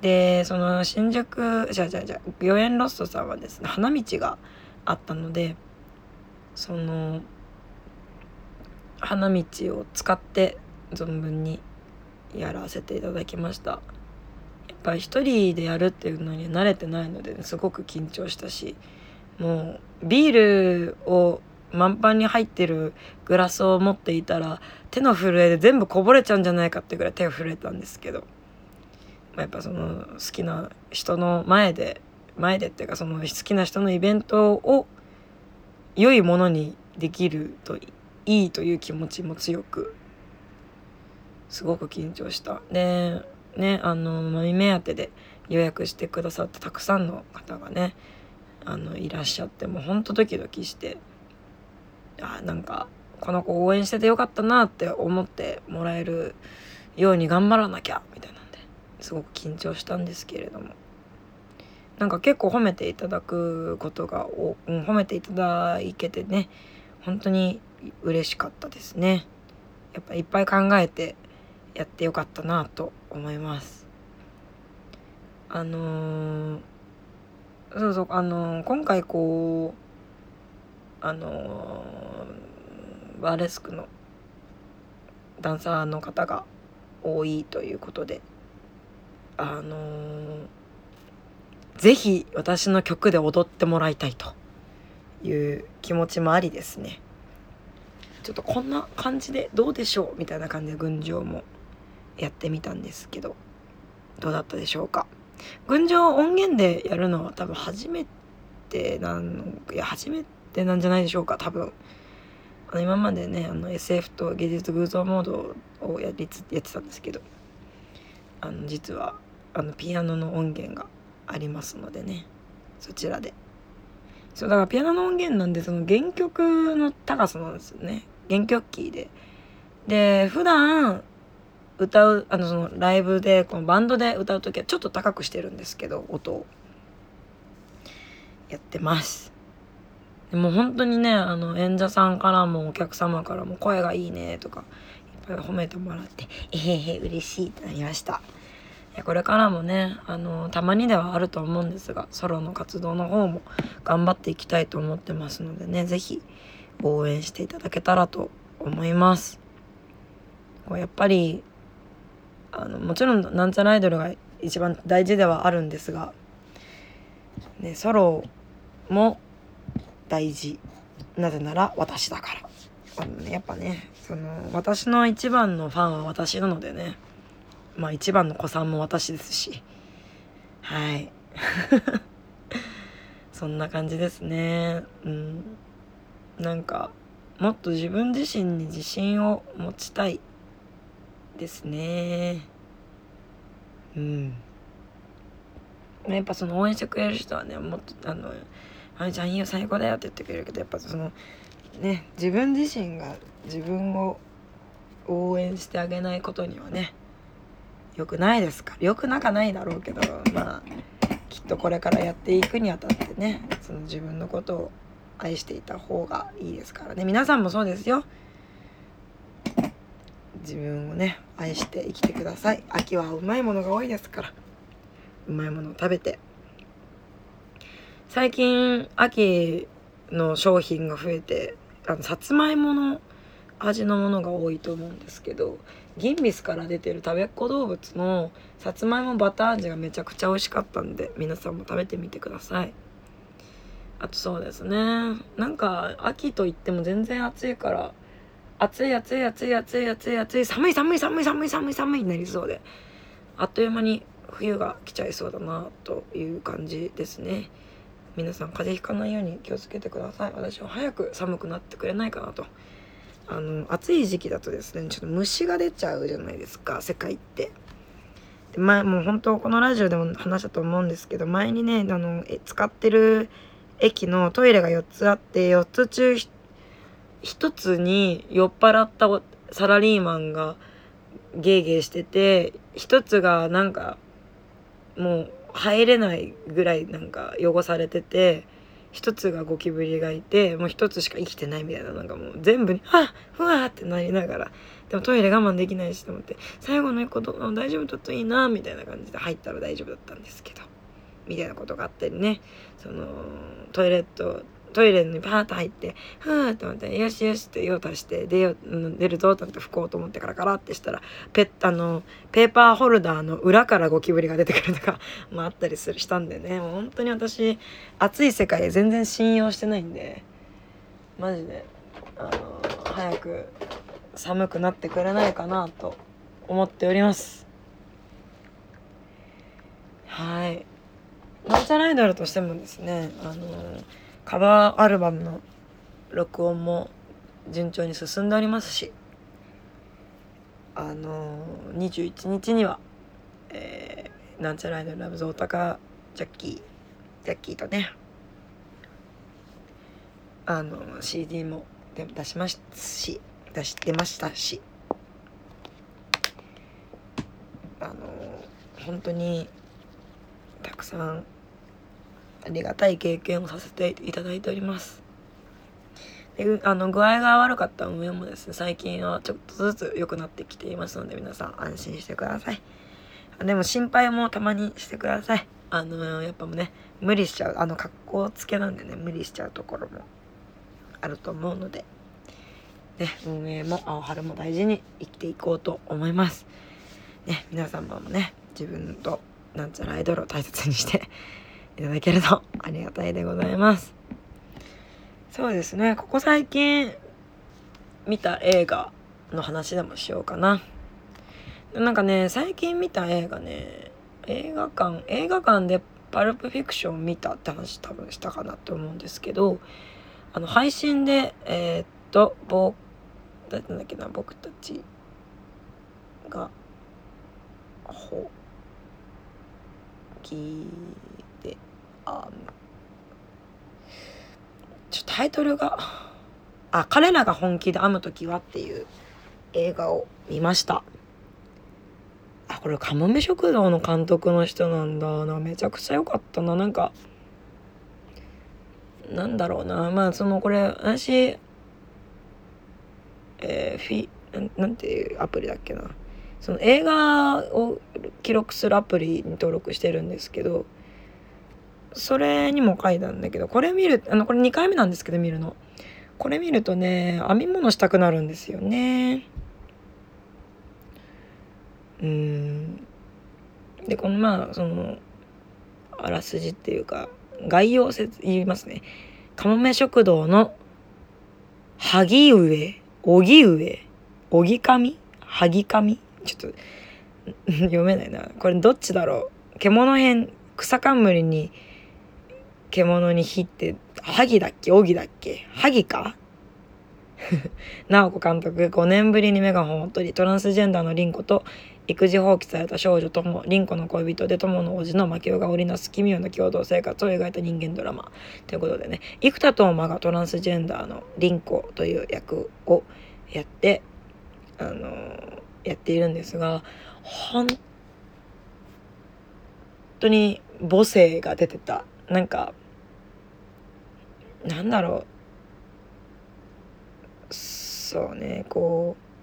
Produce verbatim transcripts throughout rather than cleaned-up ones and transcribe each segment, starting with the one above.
でその新宿じゃじゃじゃ御苑ロストさんはですね花道があったので、その花道を使って存分にやらせていただきました。やっぱり一人でやるっていうのに慣れてないので、ね、すごく緊張したし、もうビールを満帆に入ってるグラスを持っていたら手の震えで全部こぼれちゃうんじゃないかっていうぐらい手が震えたんですけど、やっぱその好きな人の前で前でっていうかその好きな人のイベントを良いものにできるといいという気持ちも強く、すごく緊張した。でね、あのマミ目当てで予約してくださってたくさんの方がねあのいらっしゃって、もうほんとドキドキして、あなんかこの子応援しててよかったなって思ってもらえるように頑張らなきゃみたいなんですごく緊張したんですけれども、なんか結構褒めていただくことがお、うん、褒めていただけてね本当に嬉しかったですね。やっぱいっぱい考えてやってよかったなと思います。あのー、そうそうあのー、今回こうあのー、バーレスクのダンサーの方が多いということで、あのー、ぜひ私の曲で踊ってもらいたいという気持ちもありですね、ちょっとこんな感じでどうでしょうみたいな感じで群青もやってみたんですけど、どうだったでしょうか。群青音源でやるのは多分初めてなんいや初めてなんじゃないでしょうか。多分あの今までねあの エスエフ と芸術偶像モードをやりつやってたんですけど、あの実はあのピアノの音源がありますのでね、そちらで、そうだからピアノの音源なんでその原曲の高さなんですよね。原曲キーでで普段歌うあのそのライブでこのバンドで歌う時はちょっと高くしてるんですけど、音をやってます。でも本当にねあの演者さんからもお客様からも声がいいねとかいっぱい褒めてもらってえへへ嬉しいってなりました。これからもねあのたまにではあると思うんですがソロの活動の方も頑張っていきたいと思ってますのでね、ぜひ応援していただけたらと思います。こうやっぱりあのもちろんなんちゃらアイドルが一番大事ではあるんですが、ね、ソロも大事、なぜなら私だから。あの、ね、やっぱねその私の一番のファンは私なのでね、まあ一番の子さんも私ですし、はいそんな感じですね。うんなんかもっと自分自身に自信を持ちたいですね。うんやっぱその応援してくれる人はねもっとあの「あみちゃんいいよ最高だよ」って言ってくれるけど、やっぱそのね自分自身が自分を応援してあげないことにはねよくないですから、よくなかないだろうけど、まあきっとこれからやっていくにあたってねその自分のことを愛していた方がいいですからね。皆さんもそうですよ。自分をね愛して生きてください。秋はうまいものが多いですから、うまいものを食べて。最近秋の商品が増えてあのさつまいもの味のものが多いと思うんですけど、ギンビスから出てるたべっ子どうぶつのさつまいもバター味がめちゃくちゃ美味しかったんで皆さんも食べてみてください。あとそうですね、なんか秋といっても全然暑いから暑い暑い暑い暑い暑い暑い寒い寒い寒い寒い寒い寒いになりそうで、あっという間に冬が来ちゃいそうだなという感じですね。皆さん風邪ひかないように気をつけてください。私は早く寒くなってくれないかなと。あの暑い時期だとですねちょっと虫が出ちゃうじゃないですか世界って。で前もう本当このラジオでも話したと思うんですけど、前にねあのえ使ってる駅のトイレがよっつあってよっつ中ひとつに酔っ払ったサラリーマンがゲーゲーしてて、ひとつがなんかもう入れないぐらいなんか汚されてて、 一つがゴキブリがいてもう一つしか生きてないみたいな、なんかもう全部にあっふわーってなりながら、でもトイレ我慢できないしと思って、最後の一個ど大丈夫だといいなみたいな感じで入ったら大丈夫だったんですけどみたいなことがあったりね。そのトイレットトイレにパーッと入ってふーって思ってよしよしって用足して出よう出るぞと思って拭こうと思ってカラカラってしたらペッあのペーパーホルダーの裏からゴキブリが出てくるとかもあったりするしたんでね、もう本当に私暑い世界全然信用してないんで、マジであの早く寒くなってくれないかなと思っております。はい。なんちゃらアイドルとしてもですね、あのカバーアルバムの録音も順調に進んでおりますし、あのにじゅういちにちには、えー、なんちゃらアイドルラブズオタカジャッキージャッキーとね、あの シーディー も出しましたし出してましたし、あの本当にたくさんありがたい経験をさせていただいております。であの具合が悪かった運営もですね、最近はちょっとずつ良くなってきていますので、皆さん安心してください。でも心配もたまにしてください。あのやっぱもうね無理しちゃう、あの格好つけなんでね無理しちゃうところもあると思うので、ね、運営も青春も大事に生きていこうと思います。ね、皆様もね自分となんちゃらアイドルを大切にしていただけるとありがたいでございます。そうですね、ここ最近見た映画の話でもしようかな。なんかね最近見た映画ね、映画館映画館でパルプフィクション見たって話多分したかなと思うんですけど、あの配信でえー、っと僕なんだっけな僕たちがほきであちょっとタイトルがあ彼らが本気で編むときはっていう映画を見ました。あこれカモメ食堂の監督の人なんだな。めちゃくちゃ良かったな。なんかなんだろうな、まあそのこれ私えー、フィな, なんていうアプリだっけな、その映画を記録するアプリに登録してるんですけど、それにも書いたんだけど、これ見るあのこれにかいめなんですけど見るの、これ見るとね編み物したくなるんですよね。うーんでこのまあそのあらすじっていうか概要を言いますね。かもめ食堂の萩上荻上荻上萩上ちょっと読めないな、これどっちだろう。獣編草冠に獣に火って萩だっけ荻だっけ萩か直子監督ごねんぶりにメガホンを取り、トランスジェンダーの凛子と育児放棄された少女とも凛子の恋人で友の王子のマキオが織りなす奇妙な共同生活を描いた人間ドラマということでね、生田斗真がトランスジェンダーの凛子という役をやってあのー、やっているんですが、本当に母性が出てた。なんかなんだろう、そうね、こう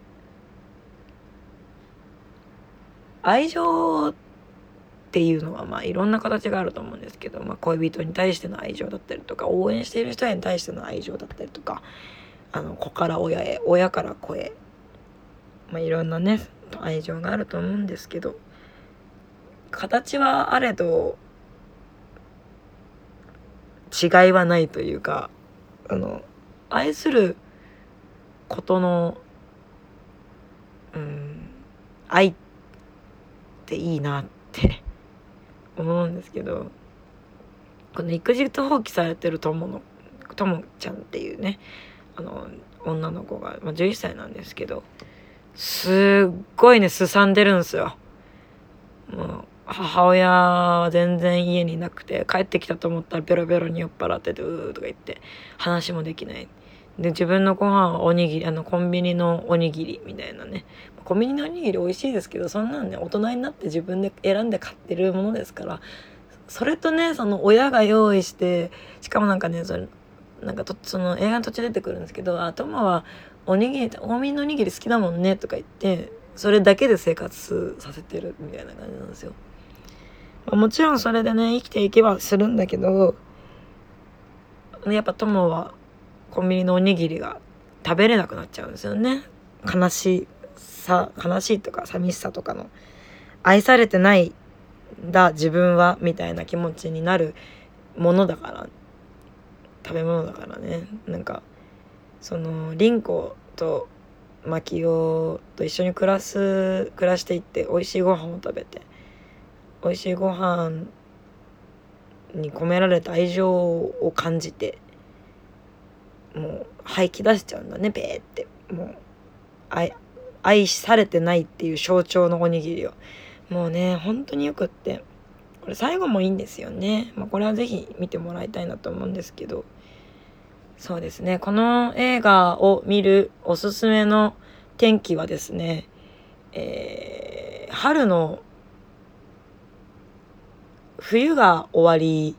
愛情っていうのはまあいろんな形があると思うんですけど、まあ、恋人に対しての愛情だったりとか、応援している人に対しての愛情だったりとか、あの子から親へ親から子へ、まあ、いろんなね愛情があると思うんですけど、形はあれど違いはないというか、あの愛することのうん愛っていいなって思うんですけど、この育児放棄されてるとものともちゃんっていうねあの女の子が、まあ、じゅういっさいなんですけど、すっごいねすさんでるんですよ。もう母親は全然家にいなくて、帰ってきたと思ったらベロベロに酔っ払っててうーとか言って話もできない。で自分のご飯はおにぎりあのコンビニのおにぎりみたいなね、コンビニのおにぎり美味しいですけど、そんなんね大人になって自分で選んで買ってるものですから、 それとね、その親が用意して、しかもなんかね、それなんかとその映画の途中出てくるんですけど、あ、トモはおにぎり、大見のおにぎり好きだもんねとか言って、それだけで生活させてるみたいな感じなんですよ。まあ、もちろんそれでね生きていけばするんだけど、やっぱトモはコンビニのおにぎりが食べれなくなっちゃうんですよね。悲しさ悲しいとか寂しさとかの、愛されてないんだ自分はみたいな気持ちになるものだから、食べ物だからね。なんかそのリンコとマキオと一緒に暮らす暮らしていって、美味しいご飯を食べて、美味しいご飯に込められた愛情を感じて、もう吐き出しちゃうんだね、ベーって。もう愛愛されてないっていう象徴のおにぎりを、もうね本当によくって、これ最後もいいんですよね。まあ、これはぜひ見てもらいたいなと思うんですけど、そうですね、この映画を見るおすすめの天気はですね、えー、春の冬が終わり、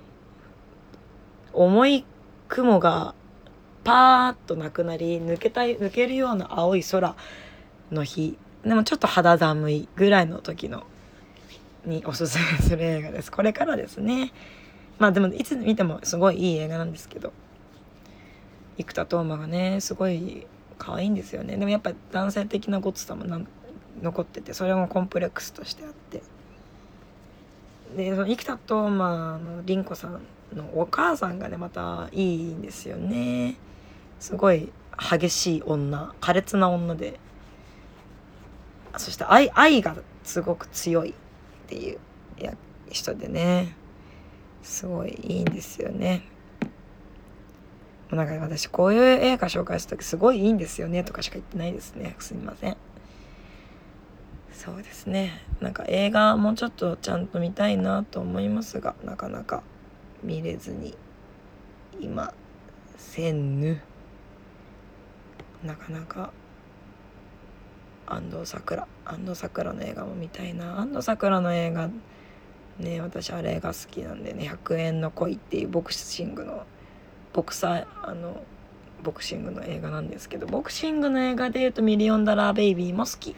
重い雲がパーッとなくなり、抜けたい抜けるような青い空の日でもちょっと肌寒いぐらいの時のにおすすめする映画です。これからですね。まあでもいつ見てもすごいいい映画なんですけど、生田斗真がねすごい可愛いんですよね。でもやっぱ男性的なごつさもなん残ってて、それもコンプレックスとしてあって、でその生田斗真の凛子さんのお母さんがねまたいいんですよね。すごい激しい女、苛烈な女で、そして愛愛がすごく強いっていうや人でね、すごいいいんですよね。もうなんか私こういう映画紹介するときすごいいいんですよねとかしか言ってないですね。すみません。そうですね、なんか映画もうちょっとちゃんと見たいなと思いますが、なかなか見れずに今せんぬ。なかなか安藤サクラ安藤サクラの映画も見たいな。安藤サクラの映画ね、私あれが好きなんでね、ひゃくえんの恋っていうボクシングのボクサーあのボクシングの映画なんですけど、ボクシングの映画でいうとミリオンダラーベイビーも好き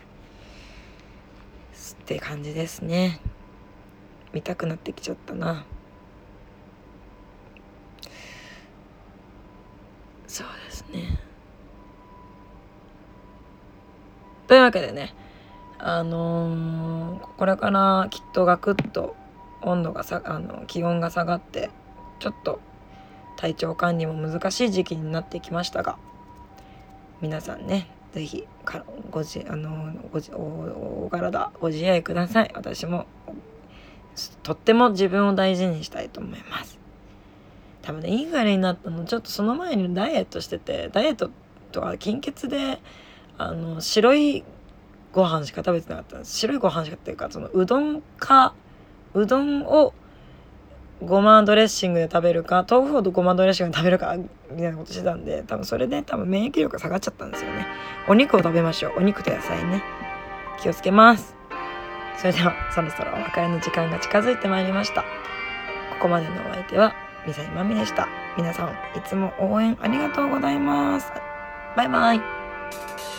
って感じですね。見たくなってきちゃったな。そうですね。というわけでね、あのー、これからきっとガクッと温度がさあの気温が下がって、ちょっと体調管理も難しい時期になってきましたが、皆さんねぜひかご自あのご自 お, お体ご自愛ください。私もとっても自分を大事にしたいと思います。多分ねインフレになったのちょっとその前にダイエットしてて、ダイエットとは貧血であの白いご飯しか食べてなかったんです。白いご飯しかっていうか、そのうどんかうどんをごまドレッシングで食べるか、豆腐をごまドレッシングで食べるかみたいなことしてたんで、多分それで多分免疫力が下がっちゃったんですよね。お肉を食べましょう。お肉と野菜ね、気をつけます。それではそろそろお別れの時間が近づいてまいりました。ここまでのお相手はみさいまみでした。皆さんいつも応援ありがとうございます。バイバイ。